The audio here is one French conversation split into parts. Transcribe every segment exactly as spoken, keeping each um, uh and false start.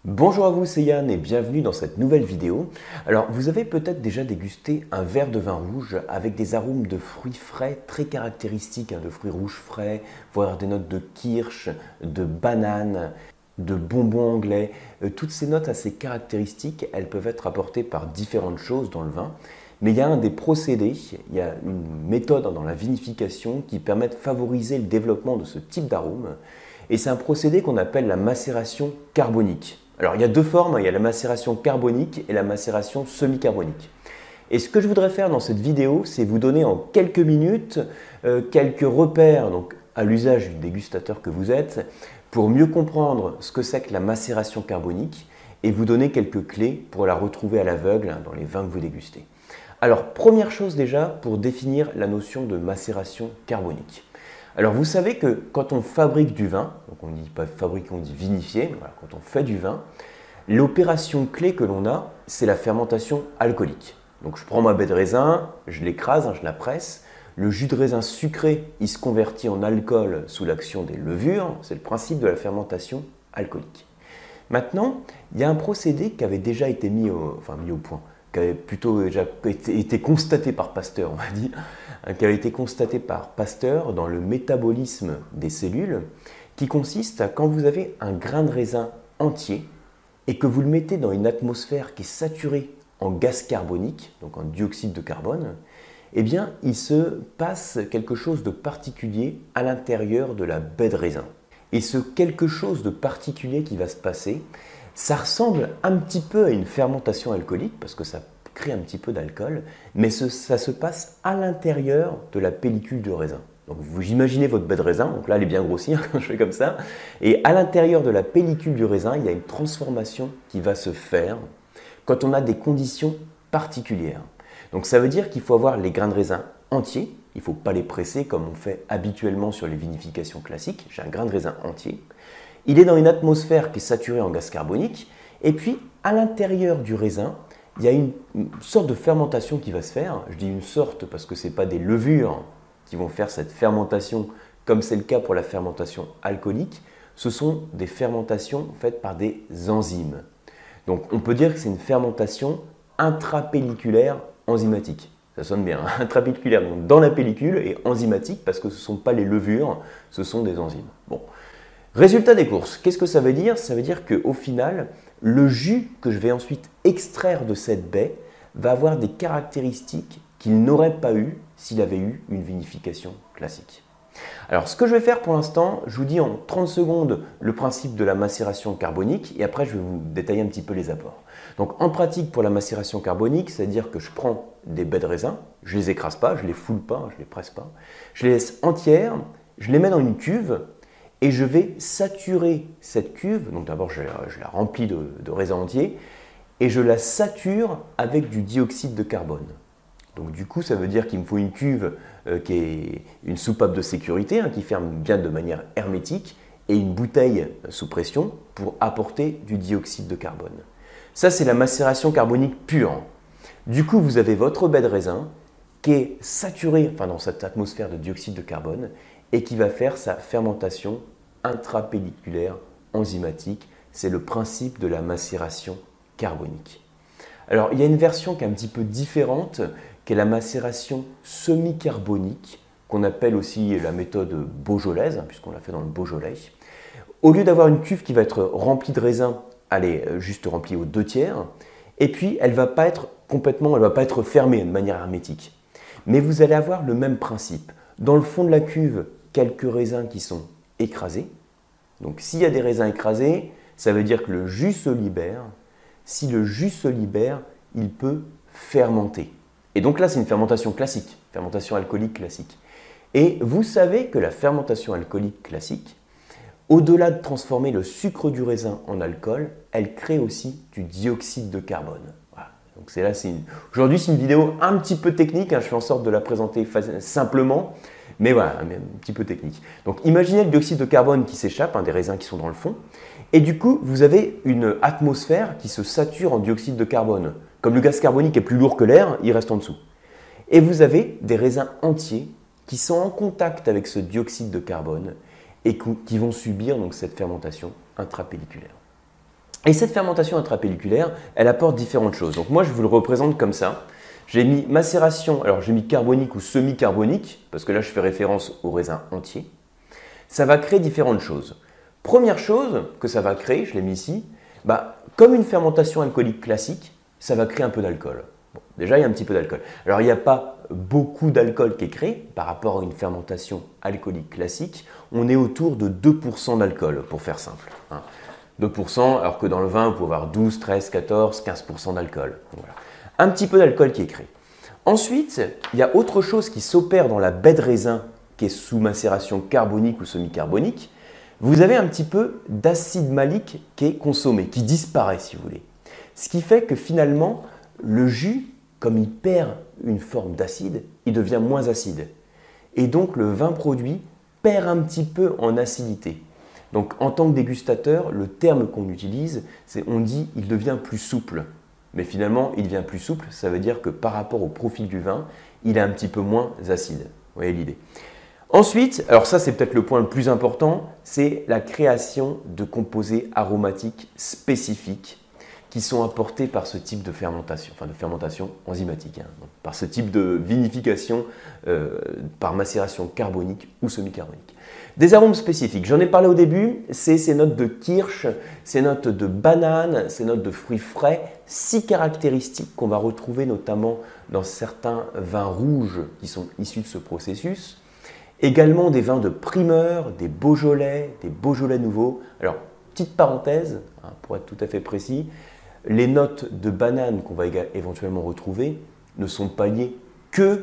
Bonjour à vous, c'est Yann et bienvenue dans cette nouvelle vidéo. Alors, vous avez peut-être déjà dégusté un verre de vin rouge avec des arômes de fruits frais très caractéristiques, hein, de fruits rouges frais, voire des notes de kirsch, de banane, de bonbons anglais. Euh, toutes ces notes assez caractéristiques, elles peuvent être apportées par différentes choses dans le vin. Mais il y a un des procédés, il y a une méthode dans la vinification qui permet de favoriser le développement de ce type d'arôme. Et c'est un procédé qu'on appelle la macération carbonique. Alors il y a deux formes, il y a la macération carbonique et la macération semi-carbonique. Et ce que je voudrais faire dans cette vidéo, c'est vous donner en quelques minutes euh, quelques repères donc, à l'usage du dégustateur que vous êtes pour mieux comprendre ce que c'est que la macération carbonique et vous donner quelques clés pour la retrouver à l'aveugle hein, dans les vins que vous dégustez. Alors première chose déjà pour définir la notion de macération carbonique. Alors vous savez que quand on fabrique du vin, donc on ne dit pas fabriquer, on dit vinifier, voilà, quand on fait du vin, l'opération clé que l'on a, c'est la fermentation alcoolique. Donc je prends ma baie de raisin, je l'écrase, hein, je la presse, le jus de raisin sucré, il se convertit en alcool sous l'action des levures, c'est le principe de la fermentation alcoolique. Maintenant, il y a un procédé qui avait déjà été mis au, enfin, mis au point, qui avait plutôt déjà été, été constaté par Pasteur, on va dire, qui avait été constaté par Pasteur dans le métabolisme des cellules, qui consiste à quand vous avez un grain de raisin entier et que vous le mettez dans une atmosphère qui est saturée en gaz carbonique, donc en dioxyde de carbone, eh bien, il se passe quelque chose de particulier à l'intérieur de la baie de raisin. Et ce quelque chose de particulier qui va se passer, ça ressemble un petit peu à une fermentation alcoolique, parce que ça crée un petit peu d'alcool, mais ce, ça se passe à l'intérieur de la pellicule de raisin. Donc vous imaginez votre baie de raisin, donc là elle est bien grossie hein, quand je fais comme ça, et à l'intérieur de la pellicule du raisin, il y a une transformation qui va se faire quand on a des conditions particulières. Donc ça veut dire qu'il faut avoir les grains de raisin entiers, il ne faut pas les presser comme on fait habituellement sur les vinifications classiques. J'ai un grain de raisin entier. Il est dans une atmosphère qui est saturée en gaz carbonique. Et puis, à l'intérieur du raisin, il y a une sorte de fermentation qui va se faire. Je dis une sorte parce que ce n'est pas des levures qui vont faire cette fermentation comme c'est le cas pour la fermentation alcoolique. Ce sont des fermentations faites par des enzymes. Donc, on peut dire que c'est une fermentation intrapelliculaire enzymatique. Ça sonne bien, hein, intrapelliculaire donc dans la pellicule et enzymatique parce que ce ne sont pas les levures, ce sont des enzymes. Bon. Résultat des courses, qu'est-ce que ça veut dire? Ça veut dire qu'au final, le jus que je vais ensuite extraire de cette baie va avoir des caractéristiques qu'il n'aurait pas eu s'il avait eu une vinification classique. Alors ce que je vais faire pour l'instant, je vous dis en trente secondes le principe de la macération carbonique et après je vais vous détailler un petit peu les apports. Donc en pratique pour la macération carbonique, c'est-à-dire que je prends des baies de raisin, je ne les écrase pas, je ne les foule pas, je ne les presse pas, je les laisse entières, je les mets dans une cuve et je vais saturer cette cuve, donc d'abord je, je la remplis de, de raisin entier et je la sature avec du dioxyde de carbone. Donc du coup, ça veut dire qu'il me faut une cuve euh, qui est une soupape de sécurité, hein, qui ferme bien de manière hermétique, et une bouteille sous pression pour apporter du dioxyde de carbone. Ça, c'est la macération carbonique pure. Du coup, vous avez votre baie de raisin qui est saturée enfin, dans cette atmosphère de dioxyde de carbone et qui va faire sa fermentation intrapelliculaire enzymatique. C'est le principe de la macération carbonique. Alors, il y a une version qui est un petit peu différente, qui est la macération semi-carbonique, qu'on appelle aussi la méthode beaujolaise, puisqu'on l'a fait dans le Beaujolais. Au lieu d'avoir une cuve qui va être remplie de raisin, elle est juste remplie aux deux tiers, et puis elle ne va pas être complètement, elle va pas être fermée de manière hermétique. Mais vous allez avoir le même principe. Dans le fond de la cuve, quelques raisins qui sont écrasés. Donc s'il y a des raisins écrasés, ça veut dire que le jus se libère. Si le jus se libère, il peut fermenter. Et donc là, c'est une fermentation classique, fermentation alcoolique classique. Et vous savez que la fermentation alcoolique classique, au-delà de transformer le sucre du raisin en alcool, elle crée aussi du dioxyde de carbone. Voilà. Donc c'est là, c'est une... Aujourd'hui, c'est une vidéo un petit peu technique, hein, je fais en sorte de la présenter simplement, mais voilà, un petit peu technique. Donc imaginez le dioxyde de carbone qui s'échappe, hein, des raisins qui sont dans le fond, et du coup, vous avez une atmosphère qui se sature en dioxyde de carbone. Comme le gaz carbonique est plus lourd que l'air, il reste en dessous. Et vous avez des raisins entiers qui sont en contact avec ce dioxyde de carbone et qui vont subir donc cette fermentation intrapelliculaire. Et cette fermentation intrapelliculaire, elle apporte différentes choses. Donc moi, je vous le représente comme ça. J'ai mis macération, alors j'ai mis carbonique ou semi-carbonique, parce que là, je fais référence au raisin entier. Ça va créer différentes choses. Première chose que ça va créer, je l'ai mis ici, bah, comme une fermentation alcoolique classique, ça va créer un peu d'alcool. Bon, déjà, il y a un petit peu d'alcool. Alors, il n'y a pas beaucoup d'alcool qui est créé par rapport à une fermentation alcoolique classique. On est autour de deux pour cent d'alcool, pour faire simple. Hein. deux pour cent, alors que dans le vin, on peut avoir douze, treize, quatorze, quinze pour cent d'alcool. Voilà. Un petit peu d'alcool qui est créé. Ensuite, il y a autre chose qui s'opère dans la baie de raisin qui est sous macération carbonique ou semi-carbonique. Vous avez un petit peu d'acide malique qui est consommé, qui disparaît si vous voulez. Ce qui fait que finalement, le jus, comme il perd une forme d'acide, il devient moins acide. Et donc le vin produit perd un petit peu en acidité. Donc en tant que dégustateur, le terme qu'on utilise, c'est on dit il devient plus souple. Mais finalement, il devient plus souple, ça veut dire que par rapport au profil du vin, il est un petit peu moins acide. Vous voyez l'idée. Ensuite, alors ça c'est peut-être le point le plus important, c'est la création de composés aromatiques spécifiques qui sont apportés par ce type de fermentation, enfin de fermentation enzymatique, hein, donc par ce type de vinification euh, par macération carbonique ou semi-carbonique. Des arômes spécifiques, j'en ai parlé au début, c'est ces notes de kirsch, ces notes de banane, ces notes de fruits frais, si caractéristiques qu'on va retrouver notamment dans certains vins rouges qui sont issus de ce processus. Également des vins de primeur, des Beaujolais, des Beaujolais nouveaux. Alors, petite parenthèse, hein, pour être tout à fait précis, les notes de banane qu'on va éventuellement retrouver ne sont pas liées que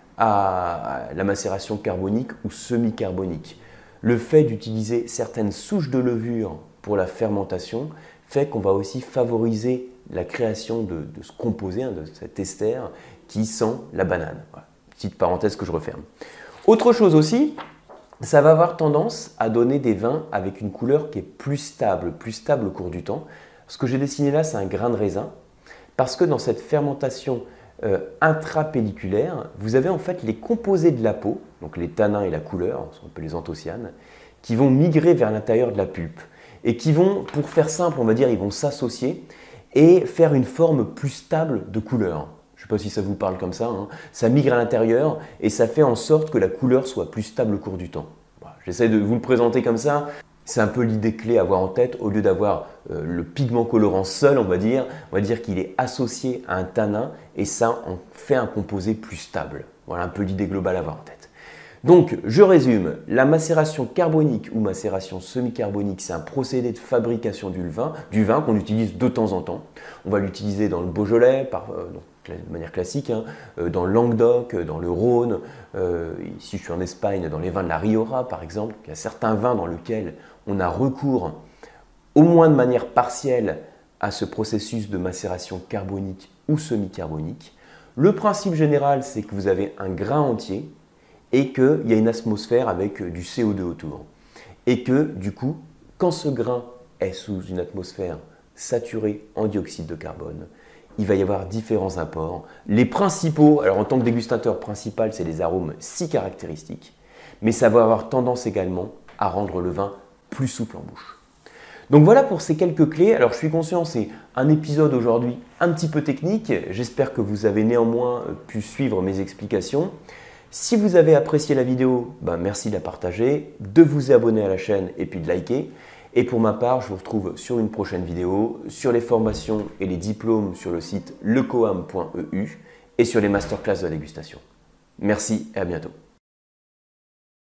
à la macération carbonique ou semi-carbonique. Le fait d'utiliser certaines souches de levure pour la fermentation fait qu'on va aussi favoriser la création de, de ce composé, hein, de cet ester qui sent la banane. Voilà. Petite parenthèse que je referme. Autre chose aussi, ça va avoir tendance à donner des vins avec une couleur qui est plus stable, plus stable au cours du temps. Ce que j'ai dessiné là, c'est un grain de raisin, parce que dans cette fermentation euh, intrapelliculaire, vous avez en fait les composés de la peau, donc les tanins et la couleur, ce qu'on appelle les anthocyanes, qui vont migrer vers l'intérieur de la pulpe et qui vont, pour faire simple, on va dire, ils vont s'associer et faire une forme plus stable de couleur. Je ne sais pas si ça vous parle comme ça, hein. Ça migre à l'intérieur et ça fait en sorte que la couleur soit plus stable au cours du temps. Voilà. J'essaie de vous le présenter comme ça. C'est un peu l'idée clé à avoir en tête. Au lieu d'avoir euh, le pigment colorant seul, on va dire, on va dire qu'il est associé à un tanin et ça en fait un composé plus stable. Voilà un peu l'idée globale à avoir en tête. Donc, je résume, la macération carbonique ou macération semi-carbonique, c'est un procédé de fabrication du vin, du vin qu'on utilise de temps en temps. On va l'utiliser dans le Beaujolais, par, euh, donc, de manière classique, hein, euh, dans le Languedoc, dans le Rhône, euh, ici je suis en Espagne, dans les vins de la Rioja par exemple. Il y a certains vins dans lesquels on a recours, au moins de manière partielle, à ce processus de macération carbonique ou semi-carbonique. Le principe général, c'est que vous avez un grain entier, et qu'il y a une atmosphère avec du C O deux autour. Et que du coup, quand ce grain est sous une atmosphère saturée en dioxyde de carbone, il va y avoir différents apports. Les principaux, alors en tant que dégustateur principal, c'est les arômes si caractéristiques, mais ça va avoir tendance également à rendre le vin plus souple en bouche. Donc voilà pour ces quelques clés. Alors je suis conscient, c'est un épisode aujourd'hui un petit peu technique. J'espère que vous avez néanmoins pu suivre mes explications. Si vous avez apprécié la vidéo, ben merci de la partager, de vous abonner à la chaîne et puis de liker. Et pour ma part, je vous retrouve sur une prochaine vidéo, sur les formations et les diplômes sur le site lecoam point e u et sur les masterclass de la dégustation. Merci et à bientôt.